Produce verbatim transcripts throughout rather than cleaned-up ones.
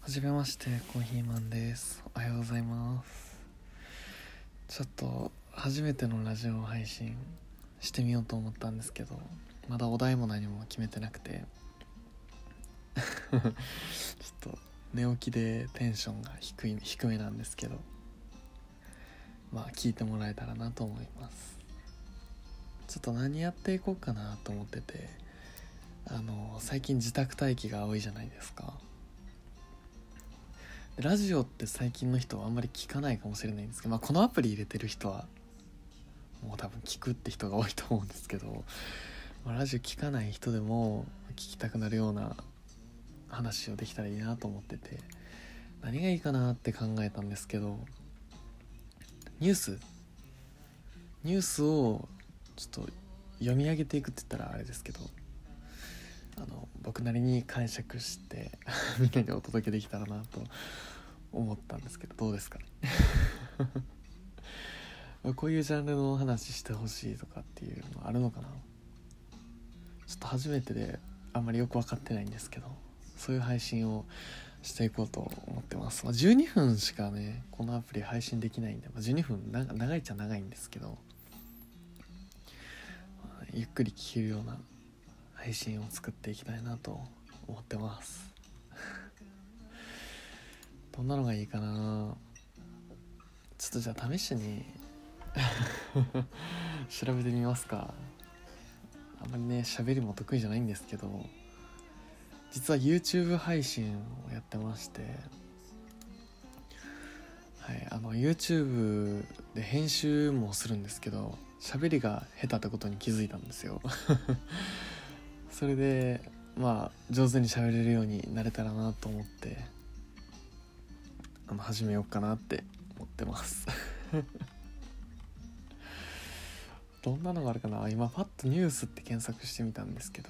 はじめまして、コーヒーマンです。おはようございます。ちょっと初めてのラジオ配信してみようと思ったんですけど、まだお題も何も決めてなくてちょっと寝起きでテンションが低い低めなんですけど、まあ聞いてもらえたらなと思います。ちょっと何やっていこうかなと思ってて、あの最近自宅待機が多いじゃないですか。ラジオって最近の人はあんまり聞かないかもしれないんですけど、まあ、このアプリ入れてる人はもう多分聞くって人が多いと思うんですけど、まあ、ラジオ聞かない人でも聞きたくなるような話をできたらいいなと思ってて、何がいいかなって考えたんですけど、ニュースニュースをちょっと読み上げていくって言ったらあれですけど、あの僕なりに解釈してみんなにお届けできたらなと思ったんですけど、どうですかねこういうジャンルの話してほしいとかっていうのあるのかな。ちょっと初めてであんまりよく分かってないんですけど、そういう配信をしていこうと思ってます。まあ、じゅうにふんしかねこのアプリ配信できないんで、まあ、じゅうにふんな長いっちゃ長いんですけど、まあ、ゆっくり聞けるような配信を作っていきたいなと思ってますどんなのがいいかな。ちょっとじゃあ試しに調べてみますか。あんまりね喋りも得意じゃないんですけど、実は YouTube 配信をやってまして、はい、あの YouTube で編集もするんですけど、喋りが下手ってことに気づいたんですよそれでまあ上手に喋れるようになれたらなと思って、あの始めようかなって思ってますどんなのがあるかな。今パッとニュースって検索してみたんですけど、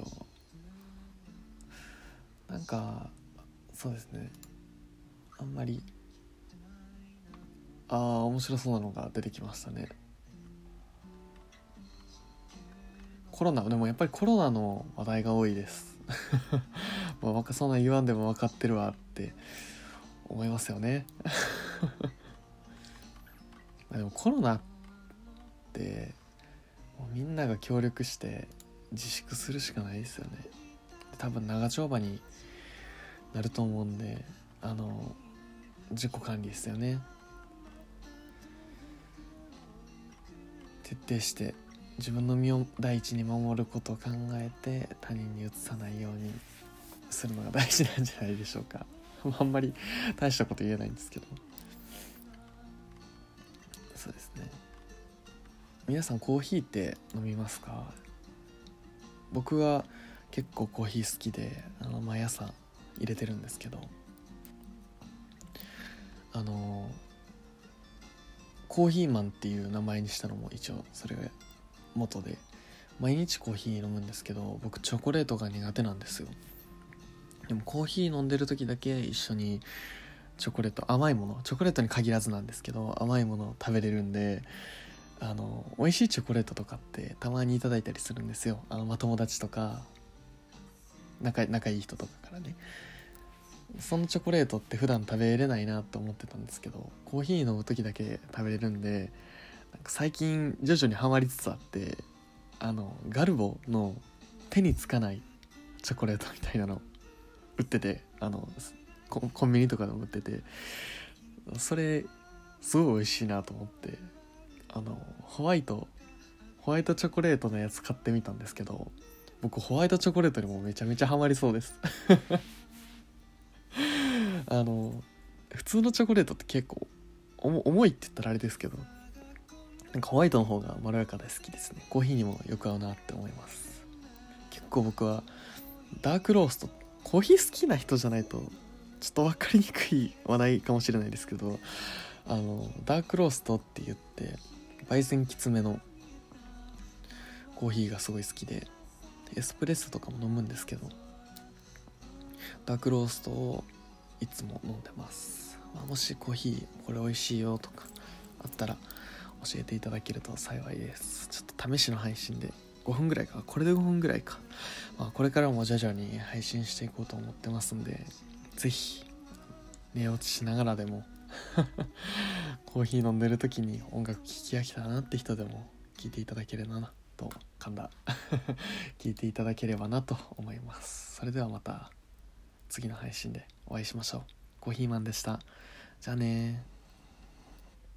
なんかそうですね、あんまりあー面白そうなのが出てきましたね。コロナでもやっぱりコロナの話題が多いですまあそんな言わんでも分かってるわって思いますよねでもコロナってもうみんなが協力して自粛するしかないですよね。多分長丁場になると思うんで、あの自己管理ですよね。徹底して自分の身を第一に守ることを考えて他人にうつさないようにするのが大事なんじゃないでしょうかあんまり大したこと言えないんですけど、そうですね。皆さんコーヒーって飲みますか？僕は結構コーヒー好きで、あの毎朝入れてるんですけど、あのコーヒーマンっていう名前にしたのも一応それが元で、毎日コーヒー飲むんですけど、僕チョコレートが苦手なんですよ。でもコーヒー飲んでる時だけ一緒にチョコレート、甘いもの、チョコレートに限らずなんですけど甘いものを食べれるんで、あの美味しいチョコレートとかってたまにいただいたりするんですよ。あの、まあ、友達とか仲, 仲いい人とかからね。そのチョコレートって普段食べれないなと思ってたんですけど、コーヒー飲む時だけ食べれるんで、なんか最近徐々にハマりつつあって、あのガルボの手につかないチョコレートみたいなの売ってて、あの コ, コンビニとかでも売ってて、それすごい美味しいなと思って、あのホワイトホワイトチョコレートのやつ買ってみたんですけど、僕ホワイトチョコレートにもめちゃめちゃハマりそうですあの普通のチョコレートって結構重いって言ったらあれですけど、なんかホワイトの方がまろやかで好きですね。コーヒーにもよく合うなって思います。結構僕はダークロースト、コーヒー好きな人じゃないとちょっと分かりにくい話題かもしれないですけど、あのダークローストって言って焙煎きつめのコーヒーがすごい好きで、エスプレッソとかも飲むんですけど、ダークローストをいつも飲んでます。まあ、もしコーヒーこれ美味しいよとかあったら教えていただけると幸いです。ちょっと試しの配信でごふんぐらいか、これでごふんぐらいか、まあ、これからも徐々に配信していこうと思ってますんで、ぜひ寝落ちしながらでもコーヒー飲んでる時に音楽聴き飽きたなって人でも聴いていただければなと噛んだ聞いていただければなと思います。それではまた次の配信でお会いしましょう。コーヒーマンでした。じゃあねー。